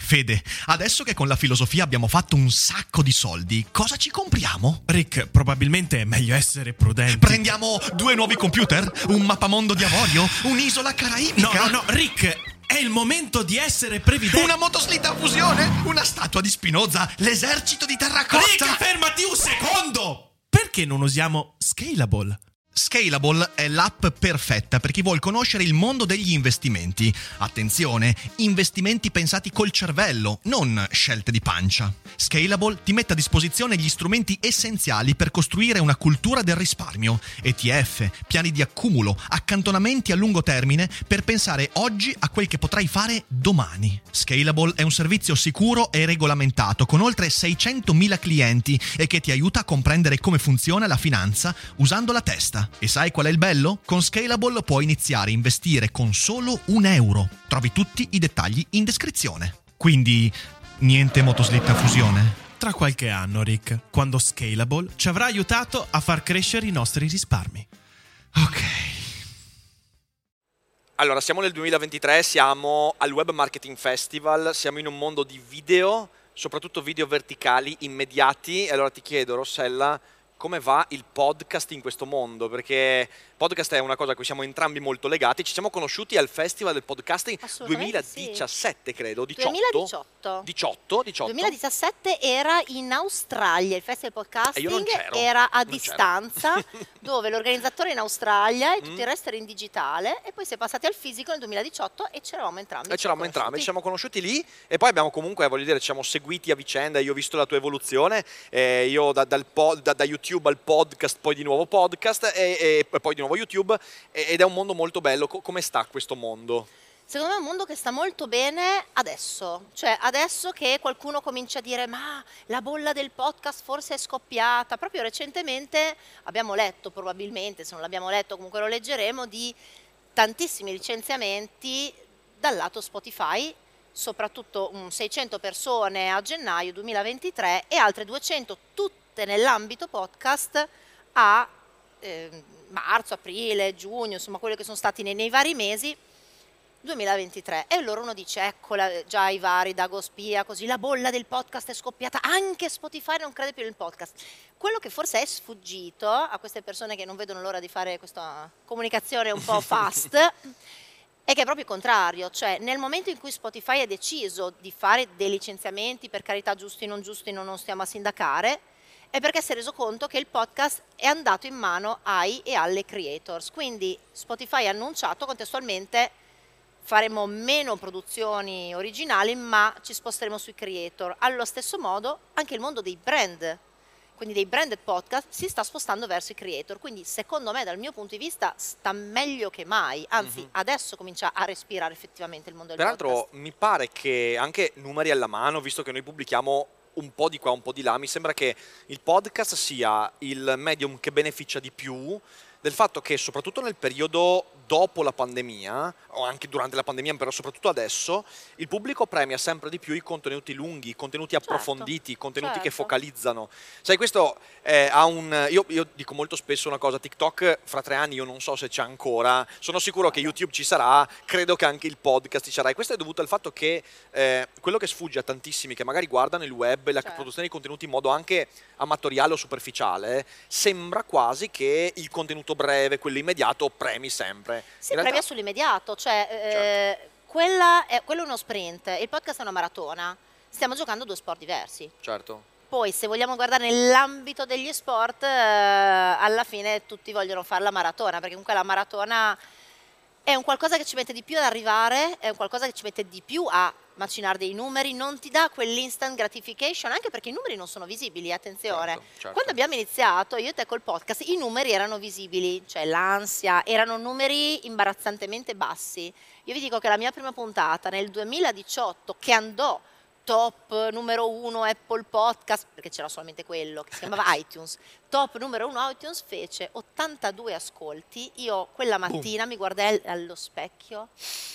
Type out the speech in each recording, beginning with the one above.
Fede, adesso che con la filosofia abbiamo fatto un sacco di soldi, cosa ci compriamo? Rick, probabilmente è meglio essere prudenti. Prendiamo 2 nuovi computer? Un mappamondo di avorio? Un'isola caraibica? No, Rick, è il momento di essere previdenti. Una motoslitta a fusione? Una statua di Spinoza? L'esercito di terracotta? Rick, fermati un secondo! Perché non usiamo Scalable? Scalable è l'app perfetta per chi vuol conoscere il mondo degli investimenti. Attenzione, investimenti pensati col cervello, non scelte di pancia. Scalable ti mette a disposizione gli strumenti essenziali per costruire una cultura del risparmio, ETF, piani di accumulo, accantonamenti a lungo termine per pensare oggi a quel che potrai fare domani. Scalable è un servizio sicuro e regolamentato con oltre 600.000 clienti e che ti aiuta a comprendere come funziona la finanza usando la testa. E sai qual è il bello? Con Scalable puoi iniziare a investire con solo €1. Trovi tutti i dettagli in descrizione. Quindi, niente motoslitta a fusione? Tra qualche anno, Rick, quando Scalable ci avrà aiutato a far crescere i nostri risparmi. Ok. Allora, siamo nel 2023, siamo al Web Marketing Festival, siamo in un mondo di video, soprattutto video verticali, immediati. E allora ti chiedo, Rossella, come va il podcast in questo mondo? Perché podcast è una cosa a cui siamo entrambi molto legati. Ci siamo conosciuti al Festival del Podcasting 2017, sì. credo, 18? 18. 2017 era in Australia, il Festival del Podcasting io non c'ero. era a Non distanza, c'ero. dove l'organizzatore era in Australia e tutto il resto era in digitale, e poi si è passati al fisico nel 2018 e c'eravamo entrambi. Ci siamo conosciuti lì e poi abbiamo comunque, voglio dire, ci siamo seguiti a vicenda. Io ho visto la tua evoluzione, io da YouTube al podcast, poi di nuovo podcast e poi di nuovo YouTube, ed è un mondo molto bello. Come sta questo mondo? Secondo me è un mondo che sta molto bene adesso, cioè adesso che qualcuno comincia a dire ma la bolla del podcast forse è scoppiata. Proprio recentemente abbiamo letto, probabilmente, se non l'abbiamo letto comunque lo leggeremo, di tantissimi licenziamenti dal lato Spotify, soprattutto 600 persone a gennaio 2023 e altre 200 tutte nell'ambito podcast a marzo, aprile, giugno, insomma quelli che sono stati nei vari mesi 2023. E allora uno dice, eccola già i vari Dago Spia, così la bolla del podcast è scoppiata, anche Spotify non crede più nel podcast. Quello che forse è sfuggito a queste persone che non vedono l'ora di fare questa comunicazione un po' fast è che è proprio il contrario, cioè nel momento in cui Spotify ha deciso di fare dei licenziamenti, per carità giusti non giusti, non stiamo a sindacare, è perché si è reso conto che il podcast è andato in mano ai e alle creators. Quindi Spotify ha annunciato contestualmente faremo meno produzioni originali, ma ci sposteremo sui creator. Allo stesso modo anche il mondo dei brand, quindi dei branded podcast, si sta spostando verso i creator. Quindi secondo me, dal mio punto di vista, sta meglio che mai. Anzi, adesso comincia a respirare effettivamente il mondo del podcast. Peraltro mi pare che, anche numeri alla mano, visto che noi pubblichiamo un po' di qua, un po' di là, mi sembra che il podcast sia il medium che beneficia di più del fatto che, soprattutto nel periodo dopo la pandemia, o anche durante la pandemia, però soprattutto adesso, il pubblico premia sempre di più i contenuti lunghi, i contenuti approfonditi, i contenuti che focalizzano. Sai, questo ha un... Io dico molto spesso una cosa: TikTok fra 3 anni io non so se c'è ancora, sono sicuro che YouTube ci sarà, credo che anche il podcast ci sarà, e questo è dovuto al fatto che quello che sfugge a tantissimi che magari guardano il web e la produzione di contenuti in modo anche amatoriale o superficiale, sembra quasi che il contenuto breve, quello immediato, premi sempre. Si premia sull'immediato, cioè quello è uno sprint, il podcast è una maratona, stiamo giocando 2 sport diversi. Certo. Poi se vogliamo guardare nell'ambito degli sport, alla fine tutti vogliono fare la maratona, perché comunque la maratona è un qualcosa che ci mette di più ad arrivare, è un qualcosa che ci mette di più a macinare dei numeri, non ti dà quell'instant gratification, anche perché i numeri non sono visibili, attenzione. Certo. Quando abbiamo iniziato, io e te col podcast, i numeri erano visibili, cioè l'ansia, erano numeri imbarazzantemente bassi. Io vi dico che la mia prima puntata nel 2018, che andò top numero 1 Apple Podcast, perché c'era solamente quello, che si chiamava iTunes, top numero 1 iTunes, fece 82 ascolti. Io quella mattina mi guardai allo specchio,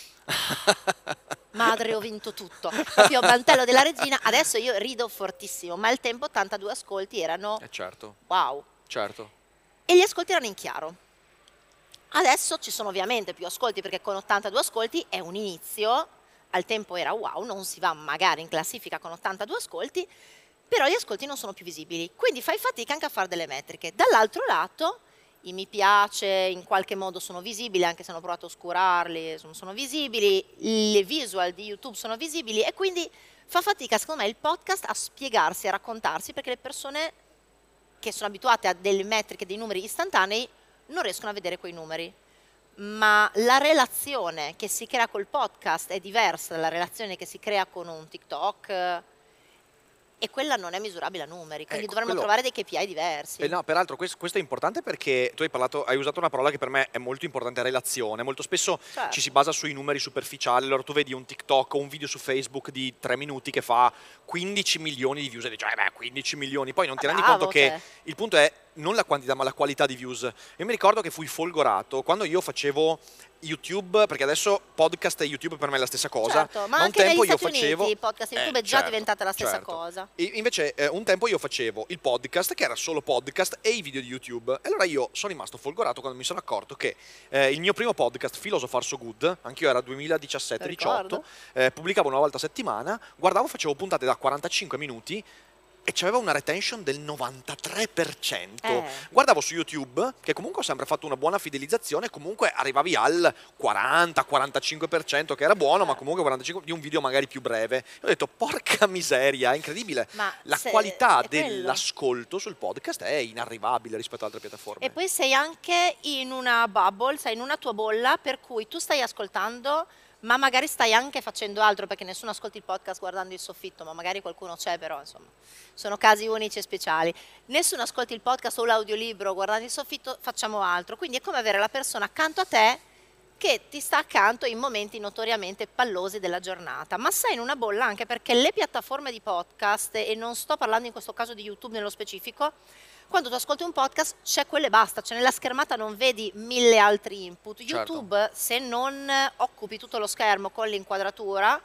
madre, ho vinto tutto, proprio mantello della regina. Adesso io rido fortissimo, ma al tempo 82 ascolti erano certo. Wow. Certo. E gli ascolti erano in chiaro. Adesso ci sono ovviamente più ascolti, perché con 82 ascolti è un inizio, al tempo era wow, non si va magari in classifica con 82 ascolti, però gli ascolti non sono più visibili, quindi fai fatica anche a fare delle metriche. Dall'altro lato i mi piace in qualche modo sono visibili, anche se hanno provato a oscurarli, sono visibili, le visual di YouTube sono visibili e quindi fa fatica secondo me il podcast a spiegarsi, a raccontarsi, perché le persone che sono abituate a delle metriche, dei numeri istantanei, non riescono a vedere quei numeri. Ma la relazione che si crea col podcast è diversa dalla relazione che si crea con un TikTok, e quella non è misurabile a numeri, quindi dovremmo trovare dei KPI diversi. No, peraltro questo è importante perché tu hai usato una parola che per me è molto importante, relazione. Molto spesso ci si basa sui numeri superficiali, allora tu vedi un TikTok o un video su Facebook di 3 minuti che fa 15 milioni di views e dici, 15 milioni, poi non ti rendi conto che il punto è non la quantità ma la qualità di views. Io mi ricordo che fui folgorato quando io facevo YouTube, perché adesso podcast e YouTube per me è la stessa cosa. Certo, ma anche un tempo negli io Stati facevo Uniti podcast e YouTube è già diventata la stessa certo. cosa. Invece un tempo io facevo il podcast che era solo podcast e i video di YouTube, e allora io sono rimasto folgorato quando mi sono accorto che il mio primo podcast Philosopher So Good, anch'io era 2017-18, pubblicavo una volta a settimana, facevo puntate da 45 minuti e c'aveva una retention del 93%. Guardavo su YouTube, che comunque ho sempre fatto una buona fidelizzazione, comunque arrivavi al 40-45%, che era buono, ma comunque 45% di un video magari più breve. E ho detto, porca miseria, è incredibile. Ma la qualità dell'ascolto sul podcast è inarrivabile rispetto ad altre piattaforme. E poi sei anche in una bubble, sei in una tua bolla, per cui tu stai ascoltando, ma magari stai anche facendo altro, perché nessuno ascolta il podcast guardando il soffitto, ma magari qualcuno c'è, però insomma sono casi unici e speciali. Nessuno ascolta il podcast o l'audiolibro guardando il soffitto, facciamo altro. Quindi è come avere la persona accanto a te che ti sta accanto in momenti notoriamente pallosi della giornata, ma sei in una bolla anche perché le piattaforme di podcast, e non sto parlando in questo caso di YouTube nello specifico, quando tu ascolti un podcast c'è quello e basta, cioè nella schermata non vedi 1000 altri input. YouTube, se non occupi tutto lo schermo con l'inquadratura,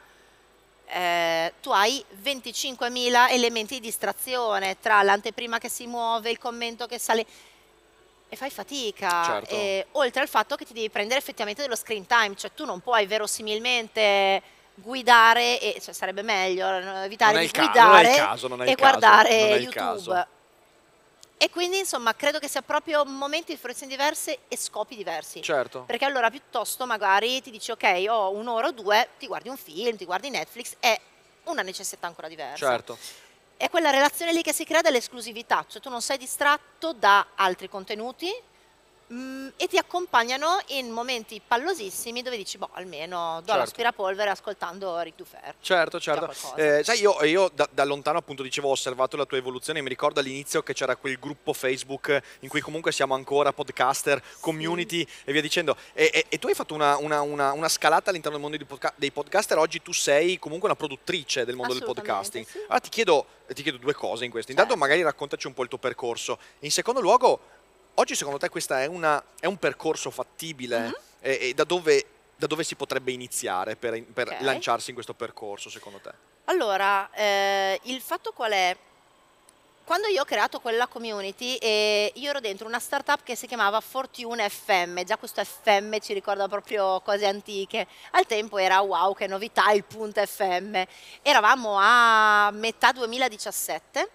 tu hai 25.000 elementi di distrazione tra l'anteprima che si muove, il commento che sale, e fai fatica, oltre al fatto che ti devi prendere effettivamente dello screen time, cioè tu non puoi verosimilmente guidare, e cioè sarebbe meglio evitare di guidare e guardare YouTube. E quindi insomma credo che sia proprio momenti di fruizione diverse e scopi diversi. Certo. Perché allora piuttosto magari ti dici ok, ho un'ora o due, ti guardi un film, ti guardi Netflix, è una necessità ancora diversa. Certo. È quella relazione lì che si crea dall'esclusività, cioè tu non sei distratto da altri contenuti e ti accompagnano in momenti pallosissimi dove dici, boh, almeno do l'aspirapolvere ascoltando Ric Dufer. Certo. Sai, io da lontano appunto dicevo, ho osservato la tua evoluzione, mi ricordo all'inizio che c'era quel gruppo Facebook in cui comunque siamo ancora podcaster, community e via dicendo, e tu hai fatto una scalata all'interno del mondo dei podcaster, oggi tu sei comunque una produttrice del mondo del podcasting. Sì. Allora ti chiedo due cose in questo, intanto magari raccontaci un po' il tuo percorso, in secondo luogo, oggi secondo te questo è un percorso fattibile e da dove si potrebbe iniziare per lanciarsi in questo percorso secondo te? Allora, il fatto qual è? Quando io ho creato quella community, io ero dentro una startup che si chiamava Fortune FM, già questo FM ci ricorda proprio cose antiche, al tempo era wow che novità il punto FM, eravamo a metà 2017.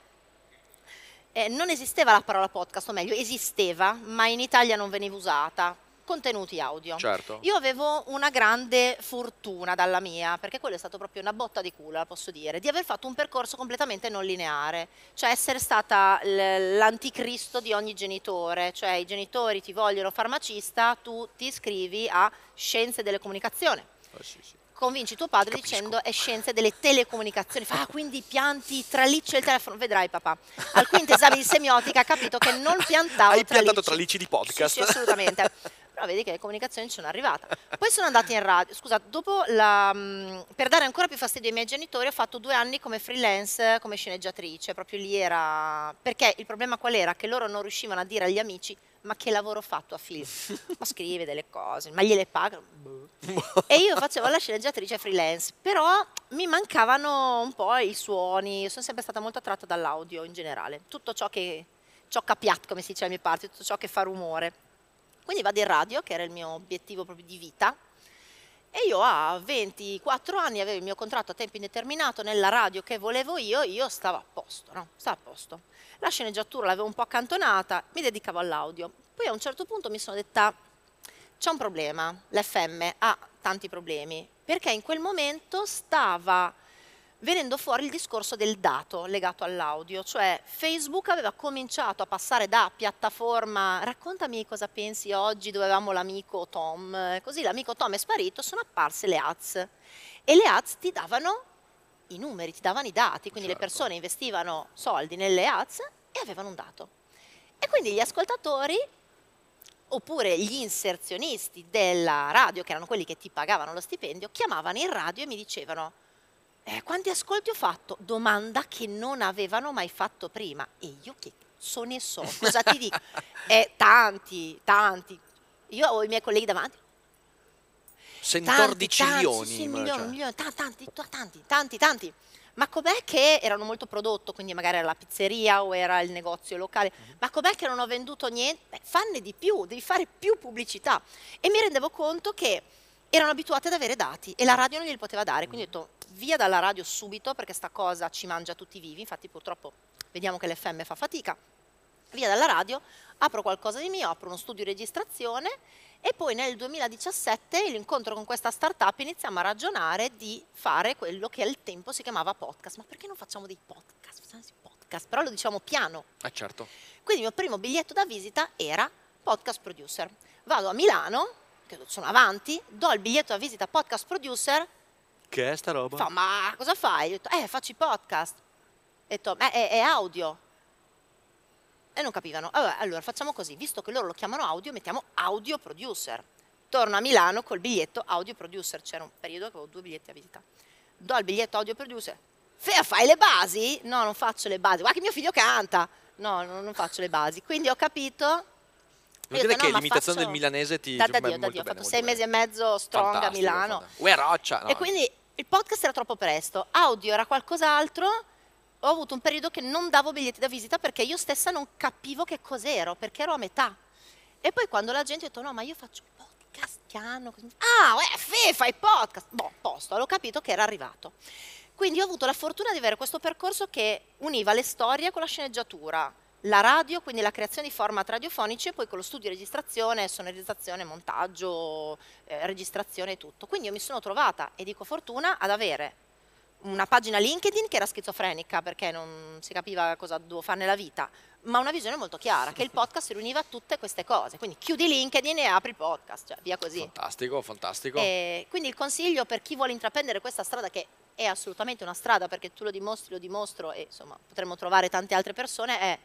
Non esisteva la parola podcast, o meglio esisteva, ma in Italia non veniva usata. Contenuti audio. Certo. Io avevo una grande fortuna dalla mia, perché quello è stato proprio una botta di culo, posso dire, di aver fatto un percorso completamente non lineare, cioè essere stata l'anticristo di ogni genitore, cioè i genitori ti vogliono farmacista, tu ti iscrivi a scienze delle comunicazioni. Sì. Convinci tuo padre dicendo è scienze delle telecomunicazioni, quindi pianti tralicci del telefono, vedrai papà. Al quinto esame di semiotica ha capito che non piantavo Hai piantato tralicci di podcast? Sì, assolutamente. Però vedi che le comunicazioni ci sono arrivata. Poi sono andata in radio, scusa, dopo per dare ancora più fastidio ai miei genitori ho fatto 2 anni come freelance, come sceneggiatrice, proprio lì era... Perché il problema qual era? Che loro non riuscivano a dire agli amici ma che lavoro ho fatto a film? Ma scrive delle cose, ma gliele pagano? E io facevo la sceneggiatrice freelance, però mi mancavano un po' i suoni, io sono sempre stata molto attratta dall'audio in generale, tutto ciò che capiat, come si dice alle mie parti, tutto ciò che fa rumore. Quindi vado in radio, che era il mio obiettivo proprio di vita, E io a 24 anni avevo il mio contratto a tempo indeterminato nella radio che volevo io stavo a posto, no? Stavo a posto. La sceneggiatura l'avevo un po' accantonata, mi dedicavo all'audio. Poi a un certo punto mi sono detta, c'è un problema, l'FM ha tanti problemi, perché in quel momento stava venendo fuori il discorso del dato legato all'audio, cioè Facebook aveva cominciato a passare da piattaforma raccontami cosa pensi oggi, dove avevamo l'amico Tom, così l'amico Tom è sparito, sono apparse le ads e le ads ti davano i numeri, ti davano i dati, quindi le persone investivano soldi nelle ads e avevano un dato. E quindi gli ascoltatori oppure gli inserzionisti della radio, che erano quelli che ti pagavano lo stipendio, chiamavano in radio e mi dicevano quanti ascolti ho fatto? Domanda che non avevano mai fatto prima. E io che cazzo ne so, cosa ti dico? Tanti. Io ho i miei colleghi davanti. Sentor di cilioni. Sì, milioni, tanti. Ma com'è che erano molto prodotto, quindi magari era la pizzeria o era il negozio locale, ma com'è che non ho venduto niente? Fanne di più, devi fare più pubblicità. E mi rendevo conto che erano abituati ad avere dati e la radio non glieli poteva dare, quindi ho detto via dalla radio subito perché sta cosa ci mangia tutti vivi, infatti purtroppo vediamo che l'FM fa fatica, via dalla radio, apro qualcosa di mio, apro uno studio di registrazione e poi nel 2017 l'incontro con questa startup iniziamo a ragionare di fare quello che al tempo si chiamava podcast, ma perché non facciamo dei podcast? Facciamo dei podcast, però lo diciamo piano. Certo. Quindi il mio primo biglietto da visita era podcast producer, vado a Milano, che sono avanti, do il biglietto da visita podcast producer. Che è sta roba? Fa, ma cosa fai? Ho detto, faccio i podcast. Ho detto, è audio. E non capivano. Allora facciamo così, visto che loro lo chiamano audio, mettiamo audio producer. Torno a Milano col biglietto audio producer. C'era un periodo che avevo 2 biglietti a visita. Do il biglietto audio producer. Fai le basi? No, non faccio le basi. Guarda che mio figlio canta. No, non faccio le basi. Quindi ho capito. Vuol dire che l'imitazione del milanese ti... Da Dio, ho fatto 6 mesi e mezzo strong a Milano. Roccia! No. E quindi il podcast era troppo presto, audio era qualcos'altro, ho avuto un periodo che non davo biglietti da visita perché io stessa non capivo che cos'ero, perché ero a metà. E poi quando la gente ha detto no, ma io faccio podcast piano, fai podcast, posto, l'ho capito che era arrivato. Quindi ho avuto la fortuna di avere questo percorso che univa le storie con la sceneggiatura, la radio, quindi la creazione di format radiofonici e poi con lo studio di registrazione, sonorizzazione, montaggio, registrazione e tutto. Quindi io mi sono trovata, e dico fortuna, ad avere una pagina LinkedIn che era schizofrenica perché non si capiva cosa dovevo fare nella vita, ma una visione molto chiara, che il podcast riuniva tutte queste cose. Quindi chiudi LinkedIn e apri il podcast, cioè via così. Fantastico. E quindi il consiglio per chi vuole intraprendere questa strada, che è assolutamente una strada perché tu lo dimostro e insomma potremmo trovare tante altre persone, è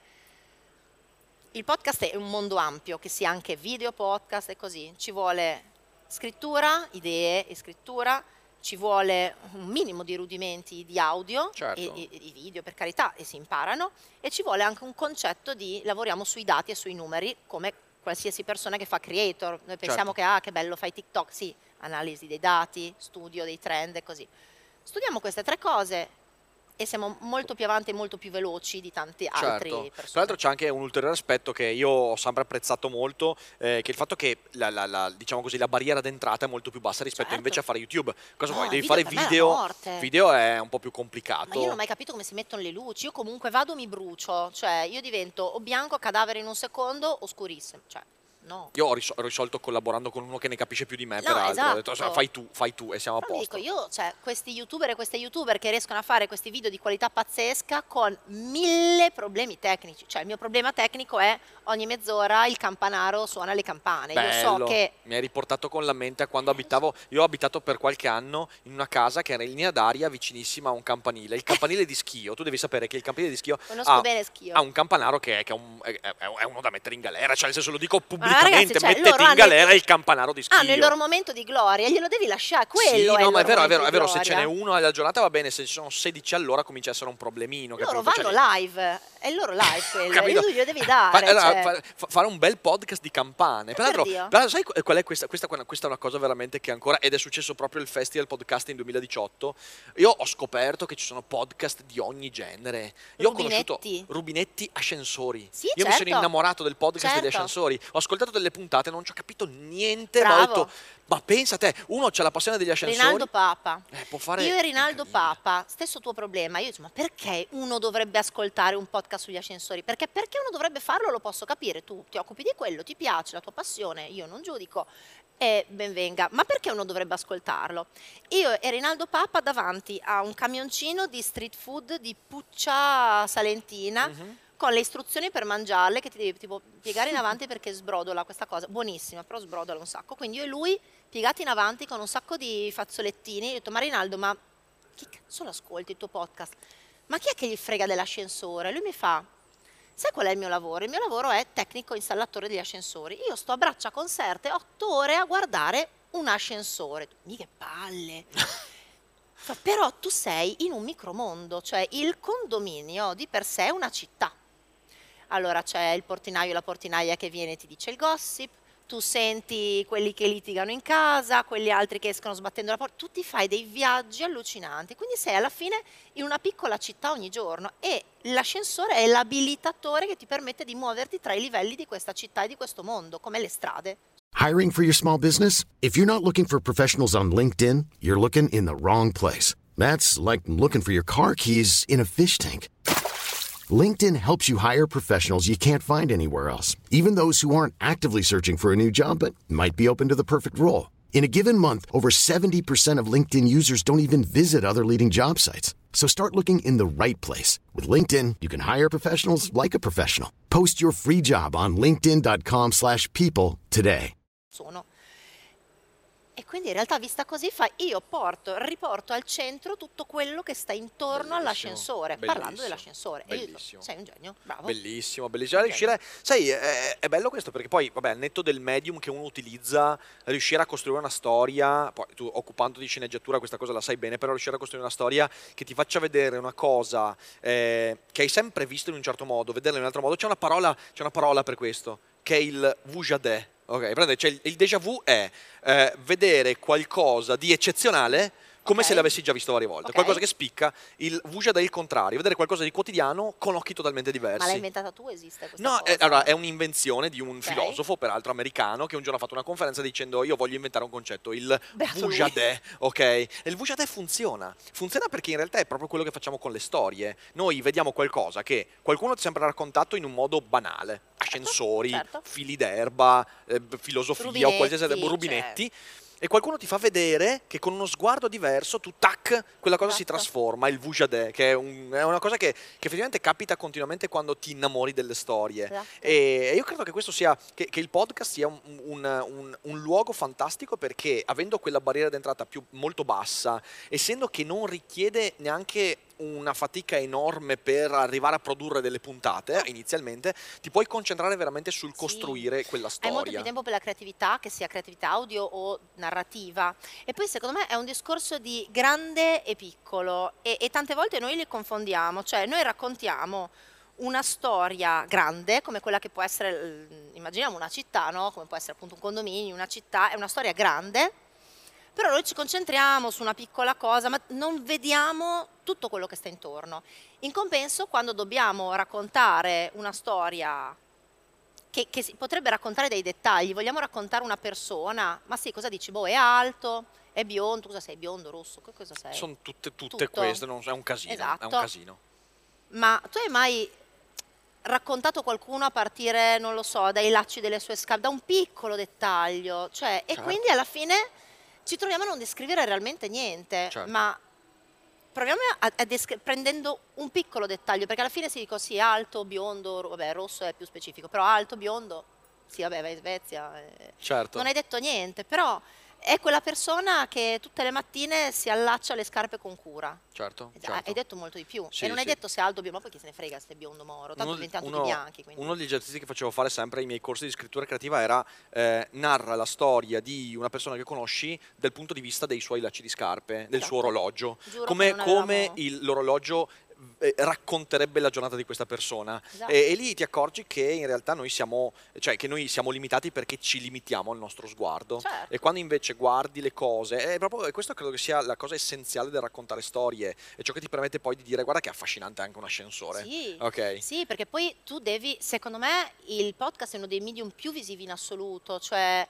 il podcast è un mondo ampio, che sia anche video podcast e così. Ci vuole scrittura, idee e scrittura, ci vuole un minimo di rudimenti di audio e di video, per carità, e si imparano, e ci vuole anche un concetto di lavoriamo sui dati e sui numeri, come qualsiasi persona che fa creator. Noi pensiamo che bello fai TikTok, sì, analisi dei dati, studio dei trend e così. Studiamo queste 3 cose e siamo molto più avanti e molto più veloci di tanti altri persone. Tra l'altro c'è anche un ulteriore aspetto che io ho sempre apprezzato molto, che è il fatto che diciamo così, la barriera d'entrata è molto più bassa rispetto invece a fare YouTube. Cosa vuoi? Devi fare video. Video è un po' più complicato. Ma io non ho mai capito come si mettono le luci. Io comunque vado, mi brucio, cioè io divento o bianco, cadavere in un secondo, o scurissimo, cioè no. Io ho risolto collaborando con uno che ne capisce più di me, peraltro. Esatto. Ho detto, fai tu e siamo a posto. Dico io, cioè, questi youtuber e queste youtuber che riescono a fare questi video di qualità pazzesca con 1000 problemi tecnici. Cioè il mio problema tecnico è ogni mezz'ora il campanaro suona le campane. Bello. Io so che mi hai riportato con la mente a quando io ho abitato per qualche anno in una casa che era in linea d'aria vicinissima a un campanile. Il campanile di Schio, tu devi sapere che il campanile di Schio ha un campanaro che è uno da mettere in galera, cioè nel senso lo dico pubblicamente. Ragazzi, cioè, mettete in galera il campanaro di Schio. Hanno il loro momento di gloria, glielo devi lasciare, quello sì, no, ma è vero, gloria. Se ce n'è uno alla giornata va bene, se ci sono 16 all'ora comincia a essere un problemino. Loro vanno live, è il loro live quello, e tu glielo devi dare. Fare un bel podcast di campane. Peraltro, sai qual è questa è una cosa veramente che ancora, ed è successo proprio al Festival Podcast in 2018, io ho scoperto che ci sono podcast di ogni genere. Io ho conosciuto Rubinetti Ascensori. Sì, io mi sono innamorato del podcast degli ascensori. Ho ascoltato ascoltato delle puntate, non ci ho capito niente, ma ho Bravo. detto, ma pensa te, uno c'ha la passione degli ascensori. Rinaldo Papa. Può fare Io e Rinaldo incredibile. Papa, stesso tuo problema. Io dico, ma perché uno dovrebbe ascoltare un podcast sugli ascensori? Perché uno dovrebbe farlo, lo posso capire. Tu ti occupi di quello, ti piace, la tua passione, io non giudico e ben venga. Ma perché uno dovrebbe ascoltarlo? Io e Rinaldo Papa davanti a un camioncino di street food di Puccia Salentina, con le istruzioni per mangiarle, che ti devi tipo piegare in avanti perché sbrodola questa cosa, buonissima, però sbrodola un sacco. Quindi io e lui piegati in avanti con un sacco di fazzolettini, io ho detto, ma Rinaldo, ma chi cazzo lo ascolti il tuo podcast? Ma chi è che gli frega dell'ascensore? Lui mi fa, sai qual è il mio lavoro? Il mio lavoro è tecnico installatore degli ascensori. Io sto a braccia conserte 8 ore a guardare un ascensore. Che palle! Fa, però tu sei in un micromondo, cioè il condominio di per sé è una città. Allora c'è il portinaio e la portinaia che viene e ti dice il gossip, tu senti quelli che litigano in casa, quelli altri che escono sbattendo la porta, tu ti fai dei viaggi allucinanti, quindi sei alla fine in una piccola città ogni giorno e l'ascensore è l'abilitatore che ti permette di muoverti tra i livelli di questa città e di questo mondo, come le strade. Hiring for your small business? If you're not looking for professionals on LinkedIn, you're looking in the wrong place. That's like looking for your car keys in a fish tank. LinkedIn helps you hire professionals you can't find anywhere else, even those who aren't actively searching for a new job but might be open to the perfect role. In a given month, over 70% of LinkedIn users don't even visit other leading job sites. So start looking in the right place. With LinkedIn, you can hire professionals like a professional. Post your free job on linkedin.com/people today. Sono. E quindi in realtà vista così io riporto al centro tutto quello che sta intorno all'ascensore, parlando dell'ascensore. E io dico, sei un genio, bravo. Bellissimo, bellissimo. Riuscire, sai, è bello questo perché poi, vabbè, al netto del medium che uno utilizza, riuscire a costruire una storia, poi tu occupando di sceneggiatura questa cosa la sai bene, però riuscire a costruire una storia che ti faccia vedere una cosa che hai sempre visto in un certo modo, vederla in un altro modo, c'è una parola per questo, che è il vujadè. Ok, cioè il déjà vu è vedere qualcosa di eccezionale come se l'avessi già visto varie volte, qualcosa che spicca. Il vujadè è il contrario, vedere qualcosa di quotidiano con occhi totalmente diversi. Ma l'hai inventata tu o esiste questa No, cosa? allora è un'invenzione di un filosofo, peraltro americano, che un giorno ha fatto una conferenza dicendo io voglio inventare un concetto, il vujadè, ok? E il vujadè funziona perché in realtà è proprio quello che facciamo con le storie. Noi vediamo qualcosa che qualcuno ti sembra raccontato in un modo banale, ascensori, fili d'erba, filosofia o qualsiasi rubinetti. E qualcuno ti fa vedere che con uno sguardo diverso tu tac, quella cosa si trasforma, il vujadè, che è una cosa che effettivamente capita continuamente quando ti innamori delle storie. E io credo che questo sia, che il podcast sia un luogo fantastico perché avendo quella barriera d'entrata molto bassa, essendo che non richiede neanche una fatica enorme per arrivare a produrre delle puntate inizialmente, ti puoi concentrare veramente sul costruire quella storia. Hai molto più tempo per la creatività, che sia creatività audio o narrativa, e poi secondo me è un discorso di grande e piccolo e tante volte noi li confondiamo, cioè noi raccontiamo una storia grande come quella che può essere, immaginiamo una città, no? Come può essere appunto un condominio, una città, è una storia grande. Però noi ci concentriamo su una piccola cosa, ma non vediamo tutto quello che sta intorno. In compenso, quando dobbiamo raccontare una storia che si potrebbe raccontare dei dettagli, vogliamo raccontare una persona, ma sì, cosa dici? Boh, è alto, è biondo, cosa sei? Biondo, rosso, cosa sei? Sono tutte queste, è un casino, esatto. è un casino. Ma tu hai mai raccontato qualcuno a partire, non lo so, dai lacci delle sue scarpe, da un piccolo dettaglio, cioè, e quindi alla fine ci troviamo a non descrivere realmente niente, ma proviamo prendendo un piccolo dettaglio, perché alla fine si dico sì, alto, biondo, vabbè, rosso è più specifico, però alto, biondo, sì, vabbè, vai in Svezia, non hai detto niente, però è quella persona che tutte le mattine si allaccia le scarpe con cura. Certo. Hai detto molto di più. E non hai detto se è alto o biondo, ma poi chi se ne frega se è biondo moro, tanto diventiamo tutti bianchi. Quindi. Uno degli esercizi che facevo fare sempre ai miei corsi di scrittura creativa era narra la storia di una persona che conosci dal punto di vista dei suoi lacci di scarpe, del suo orologio. Giuro Come che non avevamo... l'orologio racconterebbe la giornata di questa persona. Esatto. E lì ti accorgi che in realtà noi siamo limitati perché ci limitiamo al nostro sguardo. Certo. E quando invece guardi le cose, e questo credo che sia la cosa essenziale del raccontare storie, e ciò che ti permette poi di dire guarda che è affascinante anche un ascensore. Sì, Ok. sì, perché poi tu devi, secondo me, il podcast è uno dei medium più visivi in assoluto, cioè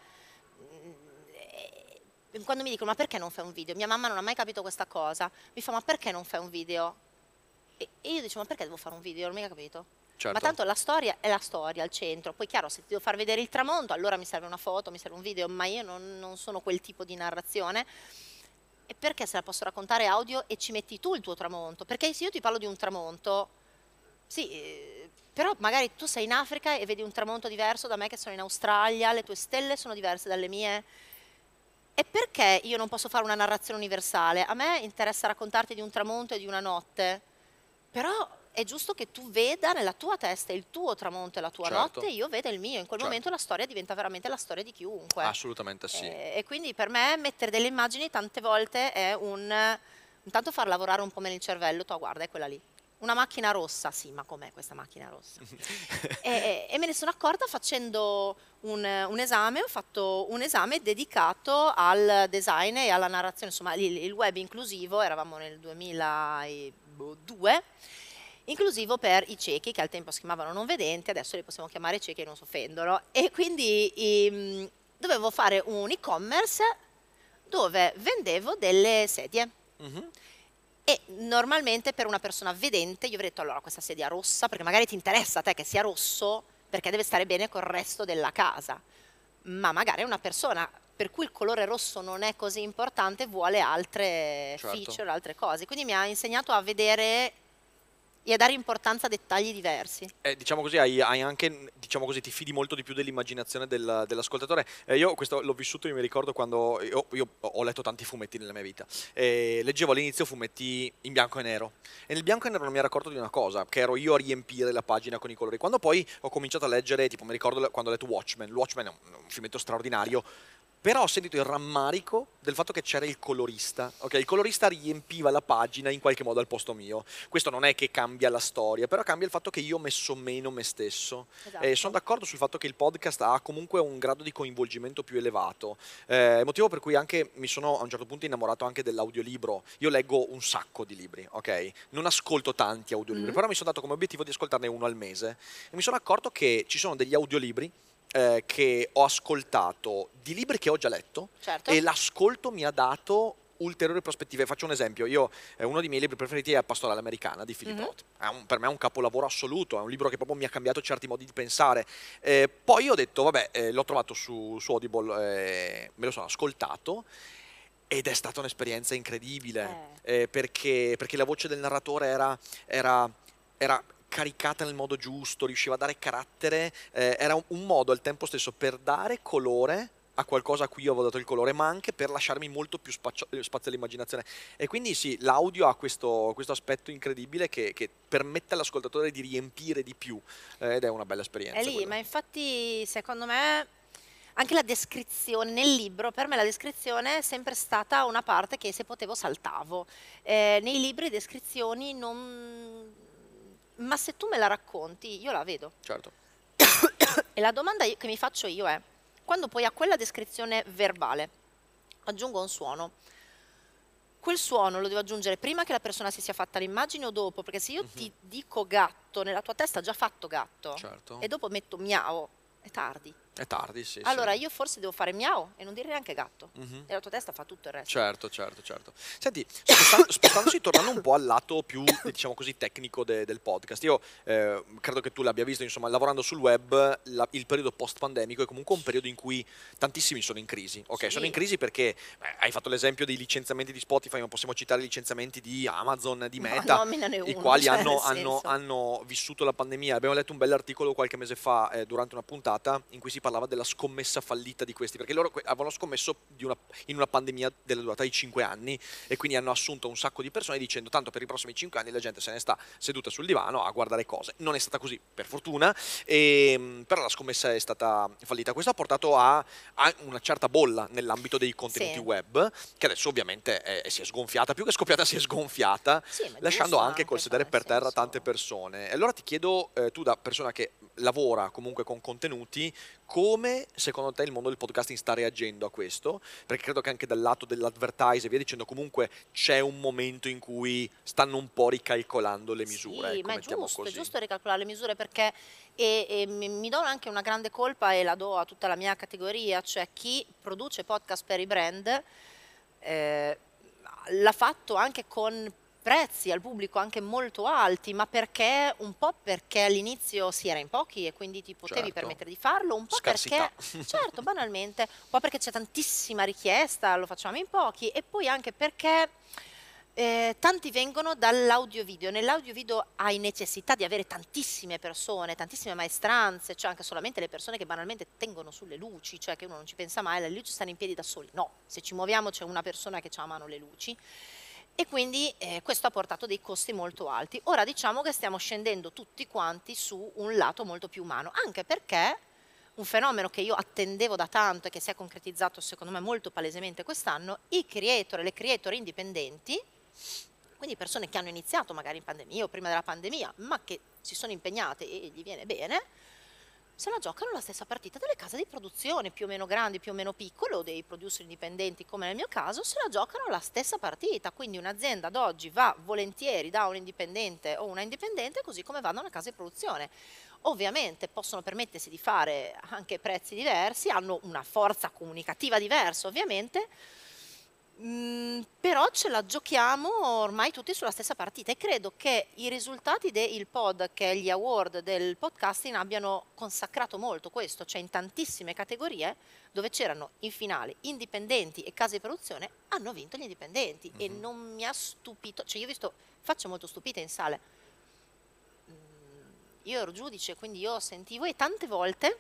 quando mi dicono ma perché non fai un video? Mia mamma non ha mai capito questa cosa, mi fa ma perché non fai un video? E io dicevo ma perché devo fare un video? Non ho mica capito. Certo. Ma tanto la storia è la storia al centro, poi chiaro se ti devo far vedere il tramonto allora mi serve una foto, mi serve un video, ma io non sono quel tipo di narrazione. E perché se la posso raccontare audio e ci metti tu il tuo tramonto? Perché se io ti parlo di un tramonto, sì, però magari tu sei in Africa e vedi un tramonto diverso da me che sono in Australia, le tue stelle sono diverse dalle mie. E perché io non posso fare una narrazione universale? A me interessa raccontarti di un tramonto e di una notte, però è giusto che tu veda nella tua testa il tuo tramonto e la tua Certo. notte e io veda il mio. In quel Certo. momento la storia diventa veramente la storia di chiunque. Assolutamente sì. E quindi per me mettere delle immagini tante volte è intanto far lavorare un po' meno il cervello. Tu guarda, è quella lì. Una macchina rossa, sì, ma com'è questa macchina rossa? e me ne sono accorta facendo un esame, ho fatto un esame dedicato al design e alla narrazione, insomma il web inclusivo, eravamo nel 2002, inclusivo per i ciechi, che al tempo si chiamavano non vedenti, adesso li possiamo chiamare ciechi e non si offendono, e quindi dovevo fare un e-commerce dove vendevo delle sedie. Mhm. E normalmente per una persona vedente io avrei detto allora questa sedia rossa, perché magari ti interessa a te che sia rosso, perché deve stare bene col resto della casa, ma magari una persona per cui il colore rosso non è così importante vuole altre Certo. feature, altre cose, quindi mi ha insegnato a vedere e a dare importanza a dettagli diversi. Diciamo così, hai anche, diciamo così, ti fidi molto di più dell'immaginazione dell'ascoltatore. Io questo l'ho vissuto, io mi ricordo quando io ho letto tanti fumetti nella mia vita. Leggevo all'inizio fumetti in bianco e nero. E nel bianco e nero non mi ero accorto di una cosa, che ero io a riempire la pagina con i colori. Quando poi ho cominciato a leggere, tipo mi ricordo quando ho letto Watchmen. Watchmen è un fumetto straordinario. Però ho sentito il rammarico del fatto che c'era il colorista. Ok, il colorista riempiva la pagina in qualche modo al posto mio. Questo non è che cambia la storia, però cambia il fatto che io ho messo meno me stesso. Esatto. E sono d'accordo sul fatto che il podcast ha comunque un grado di coinvolgimento più elevato. Motivo per cui anche mi sono a un certo punto innamorato anche dell'audiolibro. Io leggo un sacco di libri, ok? Non ascolto tanti audiolibri, però mi sono dato come obiettivo di ascoltarne uno al mese. E mi sono accorto che ci sono degli audiolibri che ho ascoltato di libri che ho già letto, Certo. e l'ascolto mi ha dato ulteriori prospettive. Faccio un esempio, io uno dei miei libri preferiti è Pastorale Americana di Philip Roth. Per me è un capolavoro assoluto, è un libro che proprio mi ha cambiato certi modi di pensare. Poi ho detto vabbè, l'ho trovato su Audible, me lo sono ascoltato ed è stata un'esperienza incredibile, perché la voce del narratore era caricata nel modo giusto, riusciva a dare carattere, era un modo al tempo stesso per dare colore a qualcosa a cui io avevo dato il colore, ma anche per lasciarmi molto più spazio all'immaginazione. E quindi sì, l'audio ha questo aspetto incredibile che permette all'ascoltatore di riempire di più, ed è una bella esperienza. È lì, quella. ma infatti secondo me anche la descrizione nel libro, per me la descrizione è sempre stata una parte che se potevo saltavo. Nei libri descrizioni non... Ma se tu me la racconti, io la vedo. Certo. E la domanda che mi faccio io è, quando poi a quella descrizione verbale aggiungo un suono, quel suono lo devo aggiungere prima che la persona si sia fatta l'immagine o dopo? Perché se io ti dico gatto, nella tua testa ha già fatto gatto, Certo. e dopo metto miau, è tardi. È tardi, sì. Allora sì. io forse devo fare miau e non dire neanche gatto. Mhm. E la tua testa fa tutto il resto. Certo. Senti, spostandosi, tornando un po' al lato più, diciamo così, tecnico del podcast, io credo che tu l'abbia visto, insomma, lavorando sul web, il periodo post-pandemico è comunque un periodo in cui tantissimi sono in crisi. Ok, Sì. sono in crisi perché hai fatto l'esempio dei licenziamenti di Spotify, ma possiamo citare i licenziamenti di Amazon, di No, Meta, nominane i uno, quali cioè, nel senso. hanno vissuto la pandemia. Abbiamo letto un bell'articolo qualche mese fa durante una puntata in cui si parlava della scommessa fallita di questi, perché loro avevano scommesso in una pandemia della durata di 5 anni e quindi hanno assunto un sacco di persone dicendo tanto per i prossimi 5 anni la gente se ne sta seduta sul divano a guardare cose. Non è stata così, per fortuna, però la scommessa è stata fallita. Questo ha portato a una certa bolla nell'ambito dei contenuti web, che adesso ovviamente si è sgonfiata, più che scoppiata si è sgonfiata, lasciando anche col sedere per terra tante persone. E allora ti chiedo, tu da persona che lavora comunque con contenuti, come secondo te il mondo del podcasting sta reagendo a questo? Perché credo che anche dal lato dell'advertise e via dicendo comunque c'è un momento in cui stanno un po' ricalcolando le misure. Sì, ma è giusto ricalcolare le misure, perché mi do anche una grande colpa e la do a tutta la mia categoria, cioè chi produce podcast per i brand l'ha fatto anche con prezzi al pubblico anche molto alti, ma un po' perché all'inizio si era in pochi e quindi ti potevi permettere di farlo, un po' scarsità. perché, certo, banalmente, un po' perché c'è tantissima richiesta, lo facciamo in pochi, e poi anche perché tanti vengono dall'audio video. Nell'audio video hai necessità di avere tantissime persone, tantissime maestranze, cioè anche solamente le persone che banalmente tengono sulle luci, cioè che uno non ci pensa mai, le luci stanno in piedi da soli. No, se ci muoviamo c'è una persona che ha a mano le luci. E quindi questo ha portato dei costi molto alti. Ora diciamo che stiamo scendendo tutti quanti su un lato molto più umano, anche perché un fenomeno che io attendevo da tanto e che si è concretizzato secondo me molto palesemente quest'anno, i creator e le creator indipendenti, quindi persone che hanno iniziato magari in pandemia o prima della pandemia, ma che si sono impegnate e gli viene bene, se la giocano la stessa partita delle case di produzione, più o meno grandi, più o meno piccole, o dei producer indipendenti come nel mio caso, se la giocano la stessa partita. Quindi un'azienda ad oggi va volentieri da un indipendente o una indipendente, così come va da una casa di produzione. Ovviamente possono permettersi di fare anche prezzi diversi, hanno una forza comunicativa diversa ovviamente, però ce la giochiamo ormai tutti sulla stessa partita, e credo che i risultati del pod, che gli award del podcasting, abbiano consacrato molto questo, cioè in tantissime categorie dove c'erano in finale indipendenti e case di produzione hanno vinto gli indipendenti. E non mi ha stupito, cioè io ho visto facce molto stupite in sale, io ero giudice, quindi io sentivo, e tante volte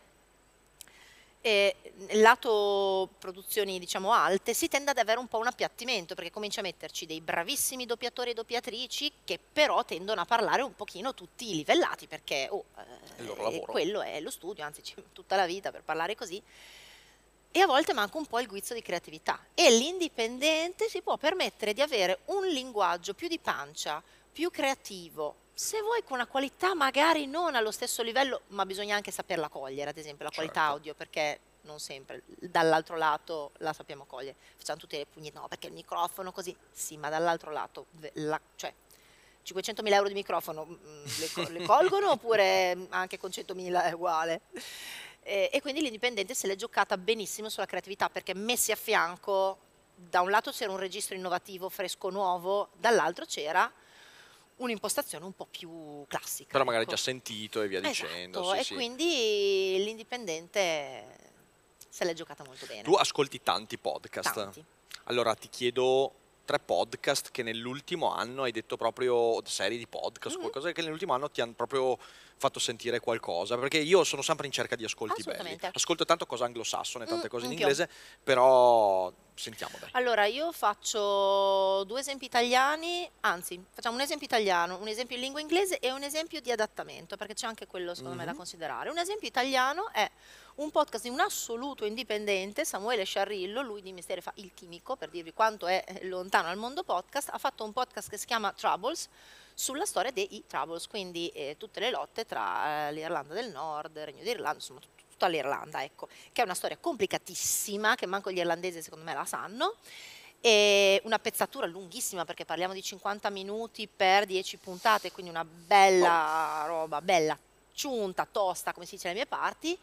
lato produzioni diciamo alte si tende ad avere un po' un appiattimento, perché comincia a metterci dei bravissimi doppiatori e doppiatrici che però tendono a parlare un pochino tutti livellati, perché il loro lavoro. Quello è lo studio, anzi c'è tutta la vita per parlare così, e a volte manca un po' il guizzo di creatività, e l'indipendente si può permettere di avere un linguaggio più di pancia, più creativo, se vuoi con una qualità magari non allo stesso livello, ma bisogna anche saperla cogliere, ad esempio la qualità audio, perché non sempre dall'altro lato la sappiamo cogliere. Facciamo tutte le pugnette, no, perché il microfono così, sì, ma dall'altro lato, cioè 500.000 euro di microfono le colgono oppure anche con 100.000 è uguale? E quindi l'indipendente se l'è giocata benissimo sulla creatività, perché messi a fianco, da un lato c'era un registro innovativo, fresco, nuovo, dall'altro c'era un'impostazione un po' più classica. Però magari già sentito e via dicendo. Esatto, e quindi l'indipendente se l'è giocata molto bene. Tu ascolti tanti podcast. Tanti. Allora ti chiedo 3 podcast che nell'ultimo anno hai detto proprio, serie di podcast, qualcosa che nell'ultimo anno ti hanno proprio fatto sentire qualcosa, perché io sono sempre in cerca di ascolti belli. Ascolto tanto cosa anglosassone, tante cose in inglese, però sentiamo dai. Allora io faccio 2 esempi italiani, anzi facciamo un esempio italiano, un esempio in lingua inglese e un esempio di adattamento, perché c'è anche quello secondo me da considerare. Un esempio italiano è un podcast di un assoluto indipendente, Samuele Sciarrillo, lui di mestiere fa il chimico, per dirvi quanto è lontano al mondo podcast. Ha fatto un podcast che si chiama Troubles, sulla storia dei Troubles, quindi tutte le lotte tra l'Irlanda del Nord, il Regno d'Irlanda, insomma tutta l'Irlanda, ecco, che è una storia complicatissima, che manco gli irlandesi secondo me la sanno, e una pezzatura lunghissima, perché parliamo di 50 minuti per 10 puntate, quindi una bella roba, bella ciunta, tosta, come si dice alle mie parti.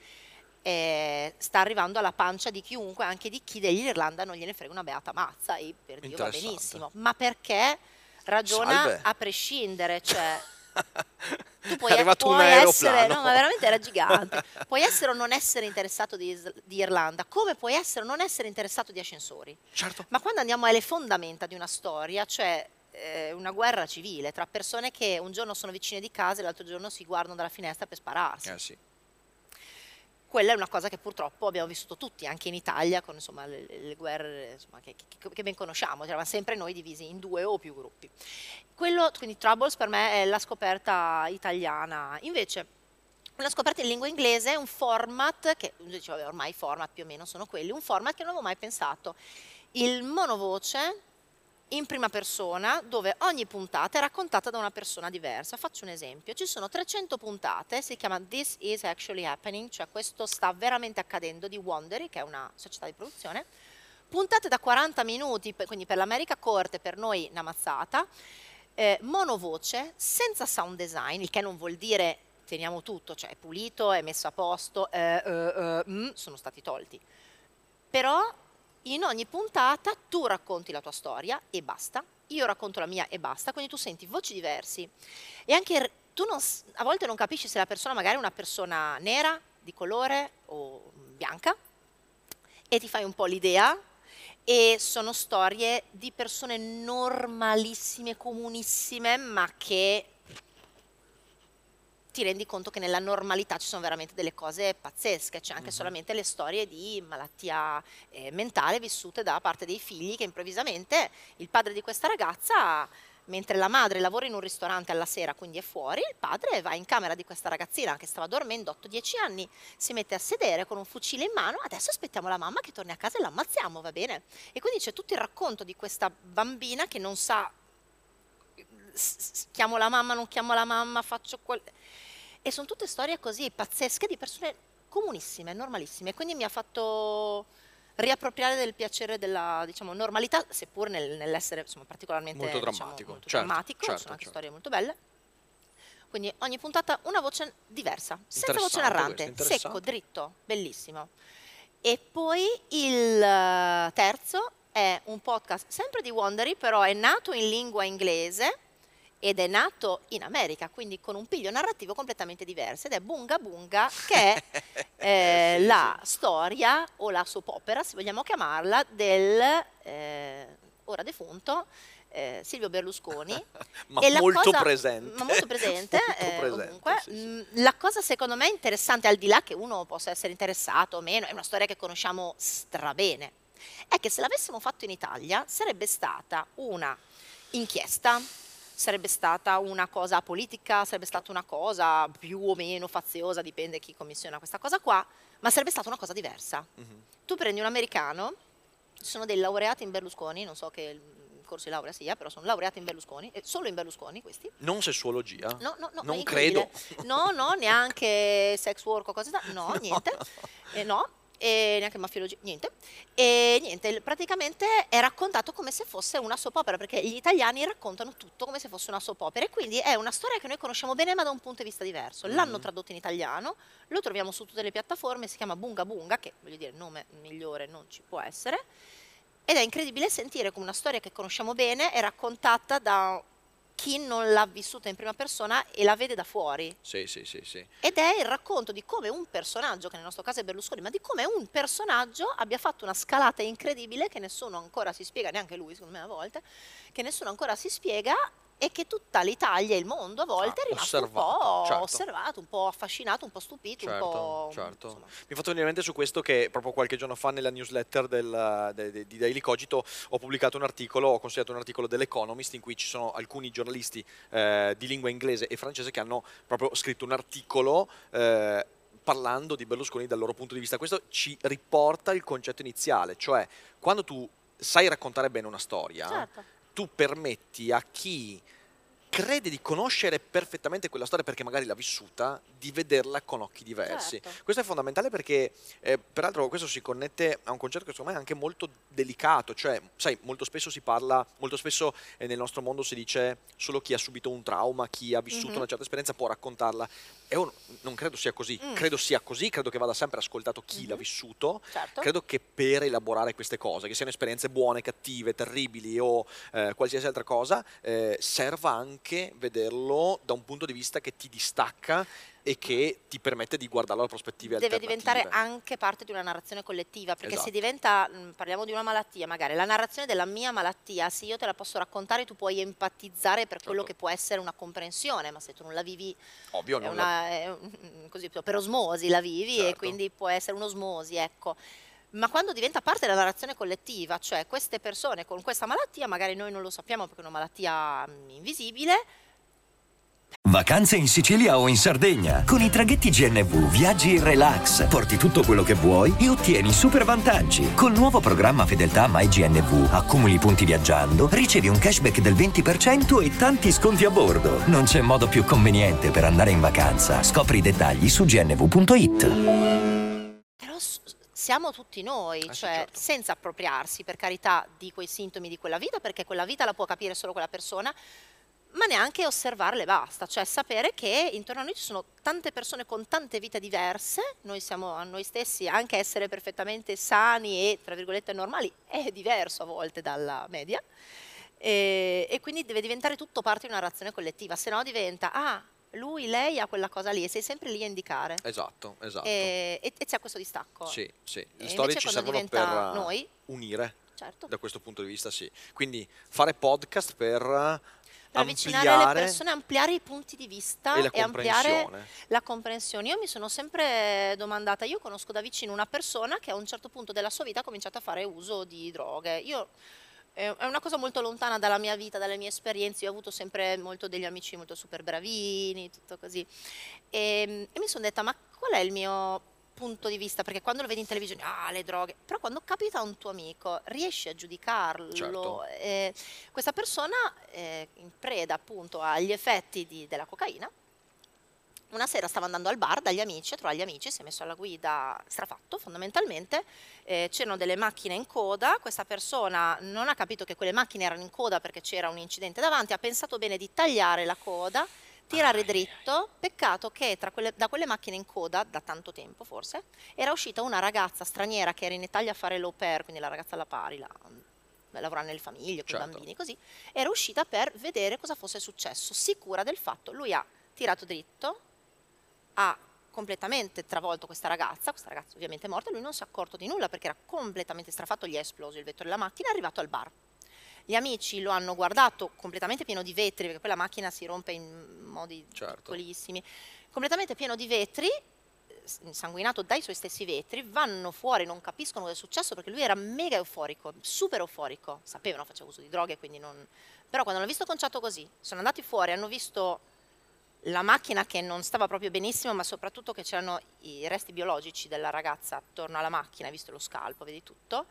Sta arrivando alla pancia di chiunque, anche di chi dell'Irlanda non gliene frega una beata mazza, e per Dio va benissimo, ma perché ragiona a prescindere, cioè tu puoi essere, no, ma veramente era gigante, puoi essere o non essere interessato di Irlanda, come puoi essere o non essere interessato di ascensori, certo. Ma quando andiamo alle fondamenta di una storia, cioè una guerra civile tra persone che un giorno sono vicine di casa e l'altro giorno si guardano dalla finestra per spararsi. Sì. quella è una cosa che purtroppo abbiamo vissuto tutti, anche in Italia, con insomma, le guerre insomma, che ben conosciamo, eravamo sempre noi divisi in 2 o più gruppi. Quindi Troubles per me è la scoperta italiana. Invece una scoperta in lingua inglese è un format che, dicevo, ormai i format più o meno sono quelli, un format che non avevo mai pensato. Il monovoce in prima persona, dove ogni puntata è raccontata da una persona diversa. Faccio un esempio: ci sono 300 puntate, si chiama This is Actually Happening, cioè questo sta veramente accadendo, di Wondery, che è una società di produzione, puntate da 40 minuti, quindi per l'America corte, per noi una mazzata, monovoce, senza sound design, il che non vuol dire teniamo tutto, cioè è pulito, è messo a posto, sono stati tolti. Però in ogni puntata tu racconti la tua storia e basta, io racconto la mia e basta, quindi tu senti voci diversi e anche tu a volte non capisci se la persona magari è una persona nera, di colore o bianca, e ti fai un po' l'idea, e sono storie di persone normalissime, comunissime, ma che ti rendi conto che nella normalità ci sono veramente delle cose pazzesche, c'è anche solamente le storie di malattia mentale vissute da parte dei figli, che improvvisamente il padre di questa ragazza, mentre la madre lavora in un ristorante alla sera, quindi è fuori, il padre va in camera di questa ragazzina che stava dormendo, 8-10 anni, si mette a sedere con un fucile in mano, adesso aspettiamo la mamma che torni a casa e l'ammazziamo, va bene? E quindi c'è tutto il racconto di questa bambina che non sa, chiamo la mamma, non chiamo la mamma, faccio e sono tutte storie così pazzesche di persone comunissime, normalissime, quindi mi ha fatto riappropriare del piacere della, diciamo, normalità, seppur nell'essere insomma, particolarmente molto diciamo, drammatico, molto certo, drammatico, certo, sono anche certo. storie molto belle. Quindi ogni puntata una voce diversa, senza voce Interessante narrante, questo, secco, interessante. dritto, bellissimo. E poi il terzo è un podcast sempre di Wondery, però è nato in lingua inglese ed è nato in America, quindi con un piglio narrativo completamente diverso, ed è Bunga Bunga, che è Sì, la storia o la soap opera, se vogliamo chiamarla, del ora defunto Silvio Berlusconi. Ma E la molto cosa- presente. ma molto presente, Molto presente, ovunque. sì, sì. La cosa secondo me interessante, al di là che uno possa essere interessato o meno, è una storia che conosciamo strabene, è che se l'avessimo fatto in Italia sarebbe stata una inchiesta, sarebbe stata una cosa politica, sarebbe stata una cosa più o meno faziosa, dipende chi commissiona questa cosa qua, ma sarebbe stata una cosa diversa. Tu prendi un americano, ci sono dei laureati in Berlusconi, non so che il corso di laurea sia, però sono laureati in Berlusconi, solo in Berlusconi questi. Non sessuologia? No, è Non incredibile. credo. No, neanche sex work o cose da... No, niente. No, e neanche mafiologia, niente. E niente, praticamente è raccontato come se fosse una soap opera, perché gli italiani raccontano tutto come se fosse una soap opera, e quindi è una storia che noi conosciamo bene ma da un punto di vista diverso. L'hanno tradotto in italiano, lo troviamo su tutte le piattaforme, si chiama Bunga Bunga, che voglio dire, nome migliore non ci può essere, ed è incredibile sentire come una storia che conosciamo bene è raccontata da chi non l'ha vissuta in prima persona e la vede da fuori. Sì. Ed è il racconto di come un personaggio, che nel nostro caso è Berlusconi, ma di come un personaggio abbia fatto una scalata incredibile che nessuno ancora si spiega, neanche lui secondo me a volte, che nessuno ancora si spiega, e che tutta l'Italia e il mondo a volte è rimasto un po' certo. osservato, un po' affascinato, un po' stupito, un po'... Certo. insomma. Mi ha fatto venire in mente su questo che proprio qualche giorno fa nella newsletter di Daily Cogito ho pubblicato un articolo, ho consigliato un articolo dell'Economist in cui ci sono alcuni giornalisti di lingua inglese e francese che hanno proprio scritto un articolo parlando di Berlusconi dal loro punto di vista. Questo ci riporta il concetto iniziale, cioè quando tu sai raccontare bene una storia, Certo. tu permetti a chi crede di conoscere perfettamente quella storia perché magari l'ha vissuta, di vederla con occhi diversi. Certo. Questo è fondamentale perché, peraltro, questo si connette a un concetto che secondo me è anche molto delicato, cioè, sai, molto spesso si parla, molto spesso nel nostro mondo si dice solo chi ha subito un trauma, chi ha vissuto una certa esperienza può raccontarla. Non credo sia così, credo sia così, credo che vada sempre ascoltato chi l'ha vissuto. Certo. Credo che per elaborare queste cose, che siano esperienze buone, cattive, terribili o qualsiasi altra cosa, serva anche anche vederlo da un punto di vista che ti distacca e che ti permette di guardarlo da prospettive deve alternative. diventare anche parte di una narrazione collettiva, perché Esatto. se diventa, parliamo di una malattia, magari la narrazione della mia malattia, se io te la posso raccontare tu puoi empatizzare per quello Certo. che può essere una comprensione, ma se tu non la vivi Ovvio, è non così, per osmosi la vivi e Certo. quindi può essere un'osmosi, ecco. Ma quando diventa parte della narrazione collettiva, cioè queste persone con questa malattia, magari noi non lo sappiamo perché è una malattia invisibile. Vacanze in Sicilia o in Sardegna. Con i traghetti GNV viaggi in relax, porti tutto quello che vuoi e ottieni super vantaggi. Col nuovo programma Fedeltà MyGNV accumuli punti viaggiando, ricevi un cashback del 20% e tanti sconti a bordo. Non c'è modo più conveniente per andare in vacanza. Scopri i dettagli su gnv.it. Però siamo tutti noi, sì, cioè certo. senza appropriarsi, per carità, di quei sintomi di quella vita, perché quella vita la può capire solo quella persona, ma neanche osservarle basta, cioè sapere che intorno a noi ci sono tante persone con tante vite diverse, noi siamo a noi stessi, anche essere perfettamente sani e tra virgolette normali è diverso a volte dalla media, e quindi deve diventare tutto parte di una narrazione collettiva, se no diventa lui, lei ha quella cosa lì e sei sempre lì a indicare. Esatto. E c'è questo distacco. Sì. E Le storie invece ci quando servono diventa per noi, unire, certo, da questo punto di vista sì. Quindi fare podcast per avvicinare ampliare le persone, ampliare i punti di vista e la e ampliare comprensione. la comprensione. Io mi sono sempre domandata, io conosco da vicino una persona che a un certo punto della sua vita ha cominciato a fare uso di droghe. È una cosa molto lontana dalla mia vita, dalle mie esperienze, io ho avuto sempre molto degli amici molto super bravini, tutto così. E mi sono detta, ma qual è il mio punto di vista? Perché quando lo vedi in televisione, le droghe, però quando capita a un tuo amico, riesci a giudicarlo. Certo. Questa persona, in preda appunto agli effetti della cocaina, una sera stava andando al bar dagli amici, a trovare gli amici, si è messo alla guida strafatto fondamentalmente, c'erano delle macchine in coda, questa persona non ha capito che quelle macchine erano in coda perché c'era un incidente davanti, ha pensato bene di tagliare la coda, tirare dritto, peccato che da quelle macchine in coda, da tanto tempo forse, era uscita una ragazza straniera che era in Italia a fare l'au pair, quindi la ragazza alla pari, lavorare nelle famiglie, con i Certo. bambini, così, era uscita per vedere cosa fosse successo, sicura del fatto, lui ha tirato dritto, ha completamente travolto questa ragazza ovviamente è morta, lui non si è accorto di nulla perché era completamente strafatto, gli è esploso il vetro della macchina, è arrivato al bar. Gli amici lo hanno guardato completamente pieno di vetri, perché poi la macchina si rompe in modi Certo. piccolissimi, completamente pieno di vetri, insanguinato dai suoi stessi vetri, vanno fuori, non capiscono cosa è successo perché lui era mega euforico, super euforico, sapevano faceva uso di droghe, quindi non... Però quando l'hanno visto conciato così, sono andati fuori, hanno visto la macchina che non stava proprio benissimo, ma soprattutto che c'erano i resti biologici della ragazza attorno alla macchina, visto lo scalpo, vedi tutto,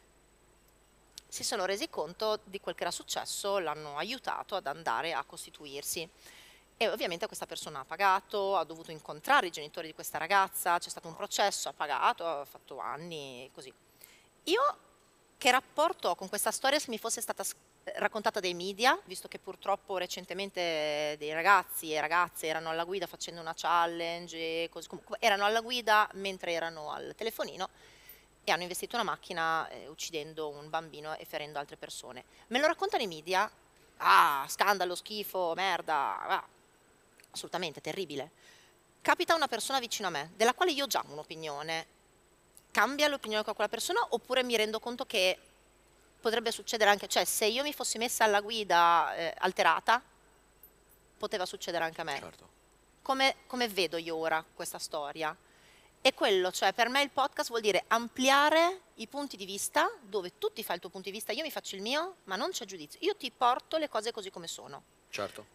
si sono resi conto di quel che era successo, l'hanno aiutato ad andare a costituirsi. E ovviamente questa persona ha pagato, ha dovuto incontrare i genitori di questa ragazza, c'è stato un processo, ha pagato, ha fatto anni, così. Io che rapporto ho con questa storia se mi fosse stata raccontata dai media, visto che purtroppo recentemente dei ragazzi e ragazze erano alla guida facendo una challenge, e così, comunque, erano alla guida mentre erano al telefonino e hanno investito una macchina uccidendo un bambino e ferendo altre persone. Me lo raccontano i media, scandalo, schifo, merda, assolutamente terribile. Capita una persona vicino a me, della quale io ho già un'opinione, cambia l'opinione con quella persona oppure mi rendo conto che potrebbe succedere anche, cioè se io mi fossi messa alla guida alterata, poteva succedere anche a me. Certo. Come vedo io ora questa storia? È quello, cioè per me il podcast vuol dire ampliare i punti di vista, dove tu ti fai il tuo punto di vista, io mi faccio il mio, ma non c'è giudizio. Io ti porto le cose così come sono. Certo.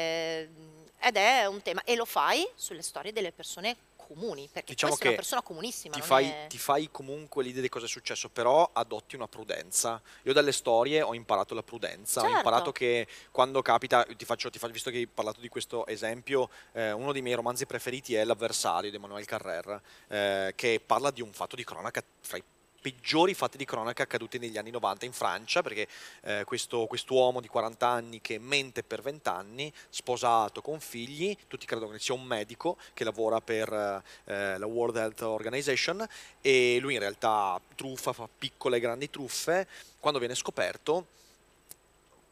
Ed è un tema, e lo fai sulle storie delle persone comuni, perché Diciamo tu sei una che persona comunissima. ti fai comunque l'idea di cosa è successo, però adotti una prudenza. Io dalle storie ho imparato la prudenza, Certo. ho imparato che quando capita, visto che hai parlato di questo esempio, uno dei miei romanzi preferiti è L'avversario di Emmanuel Carrère, che parla di un fatto di cronaca fra i peggiori fatti di cronaca accaduti negli anni 90 in Francia, perché quest'uomo di 40 anni che mente per 20 anni, sposato con figli, tutti credono che sia un medico che lavora per la World Health Organization, e lui in realtà fa piccole e grandi truffe. Quando viene scoperto,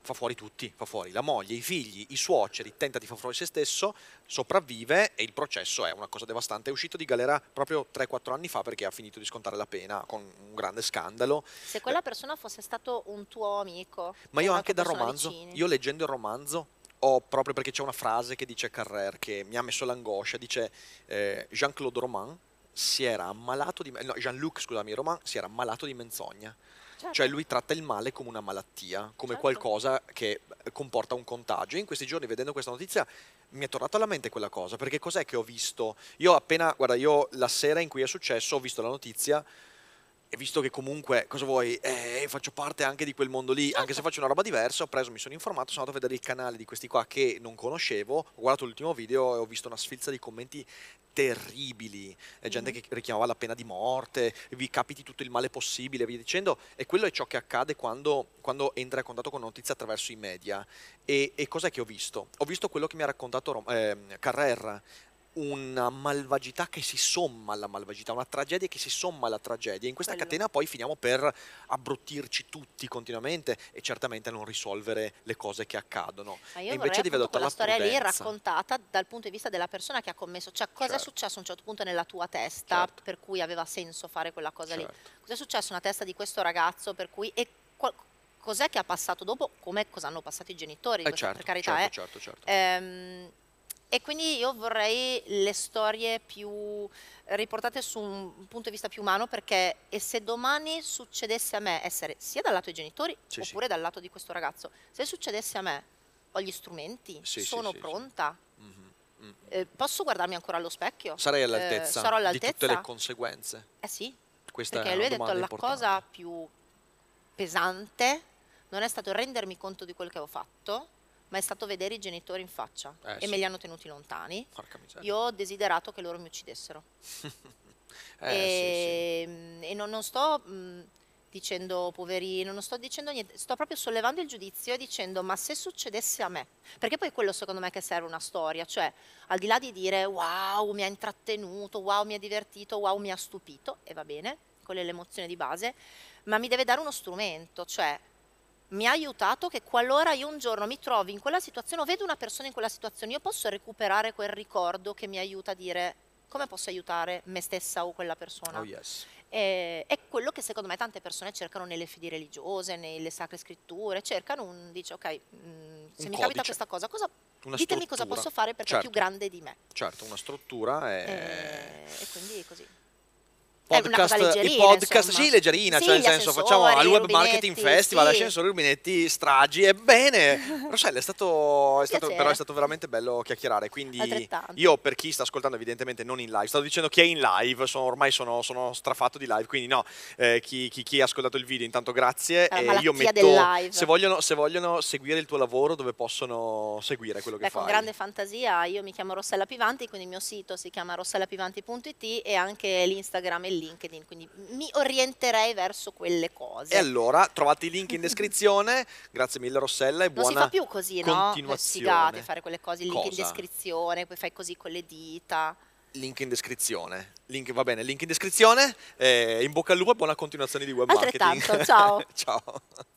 fa fuori tutti, fa fuori la moglie, i figli, i suoceri, tenta di far fuori se stesso, sopravvive e il processo è una cosa devastante. È uscito di galera proprio 3-4 anni fa perché ha finito di scontare la pena con un grande scandalo. Se quella persona fosse stato un tuo amico, Ma io o anche un'altra dal persona romanzo, vicini. io leggendo il romanzo, ho proprio perché c'è una frase che dice Carrère che mi ha messo l'angoscia, dice Jean-Claude Roman si era ammalato di... no, Jean-Luc, scusami, Roman si era ammalato di menzogna. Certo. Cioè lui tratta il male come una malattia, come Certo. qualcosa che comporta un contagio. E in questi giorni, vedendo questa notizia, mi è tornato alla mente quella cosa, perché cos'è che ho visto? Io appena, guarda, io la sera in cui è successo ho visto la notizia e visto che comunque, cosa vuoi, faccio parte anche di quel mondo lì, anche se faccio una roba diversa, mi sono informato, sono andato a vedere il canale di questi qua che non conoscevo, ho guardato l'ultimo video e ho visto una sfilza di commenti terribili, gente che richiamava la pena di morte, vi capiti tutto il male possibile, via dicendo, e quello è ciò che accade quando entri a contatto con notizie attraverso i media. E cos'è che ho visto? Ho visto quello che mi ha raccontato Carrère, una malvagità che si somma alla malvagità, una tragedia che si somma alla tragedia. In questa Quello. catena poi finiamo per abbruttirci tutti continuamente e certamente non risolvere le cose che accadono. Ma E io invece vorrei devi appunto adottare quella la storia lì prudenza. raccontata dal punto di vista della persona che ha commesso, cioè cosa è Certo. successo a un certo punto nella tua testa Certo. per cui aveva senso fare quella cosa lì. Certo. Cos'è successo nella testa di questo ragazzo per cui cos'è che ha passato dopo, come cosa hanno passato i genitori, questo, Certo, per carità, certo. E quindi io vorrei le storie più riportate su un punto di vista più umano, perché e se domani succedesse a me essere sia dal lato dei genitori Sì, oppure dal lato di questo ragazzo, se succedesse a me ho gli strumenti, Sì, sono sì, sì. pronta, Mhm. posso guardarmi ancora allo specchio? Sarei all'altezza sarò di tutte all'altezza? le conseguenze. Eh sì, Questa perché è lui una ha detto domanda la importante. cosa più pesante non è stato rendermi conto di quel che ho fatto, ma è stato vedere i genitori in faccia e sì. me li hanno tenuti lontani. Porca miseria. Io ho desiderato che loro mi uccidessero. Sì. E non sto dicendo poverino, non sto dicendo niente, sto proprio sollevando il giudizio e dicendo ma se succedesse a me, perché poi quello secondo me che serve una storia, cioè al di là di dire wow mi ha intrattenuto, wow mi ha divertito, wow mi ha stupito, e va bene, quella è l'emozione di base, ma mi deve dare uno strumento, cioè mi ha aiutato che qualora io un giorno mi trovi in quella situazione o vedo una persona in quella situazione, io posso recuperare quel ricordo che mi aiuta a dire come posso aiutare me stessa o quella persona. Oh yes. È quello che secondo me tante persone cercano nelle fedi religiose, nelle sacre scritture, cercano dice ok, se mi capita codice. questa cosa, Una ditemi cosa struttura. posso fare perché Certo. è più grande di me. Certo, una struttura E quindi è così. podcast, È una cosa i leggerina, podcast, insomma. sì, leggerina, Sì, cioè nel gli senso ascensori, facciamo al i Web Marketing rubinetti, Festival, sì. ascensori, rubinetti, stragi, ebbene, Rossella, Piacere. però è stato veramente bello chiacchierare, quindi Altrettanto. io per chi sta ascoltando evidentemente non in live, stavo dicendo chi è in live, ormai sono strafatto di live, quindi no, chi ha ascoltato il video intanto grazie, La e malattia io metto, del live. se vogliono seguire il tuo lavoro dove possono seguire quello che Beh, fai. con grande fantasia, io mi chiamo Rossella Pivanti, quindi il mio sito si chiama rossellapivanti.it e anche l'Instagram e il LinkedIn, quindi mi orienterei verso quelle cose. E allora trovate i link in descrizione, grazie mille Rossella e Non buona si fa più così, no? continuazione. Sfigate fare quelle cose, il link in Cosa? descrizione, poi fai così con le dita. Link in descrizione. Va bene, link in descrizione. In bocca al lupo e buona continuazione di web marketing. Altrettanto, ciao. Ciao.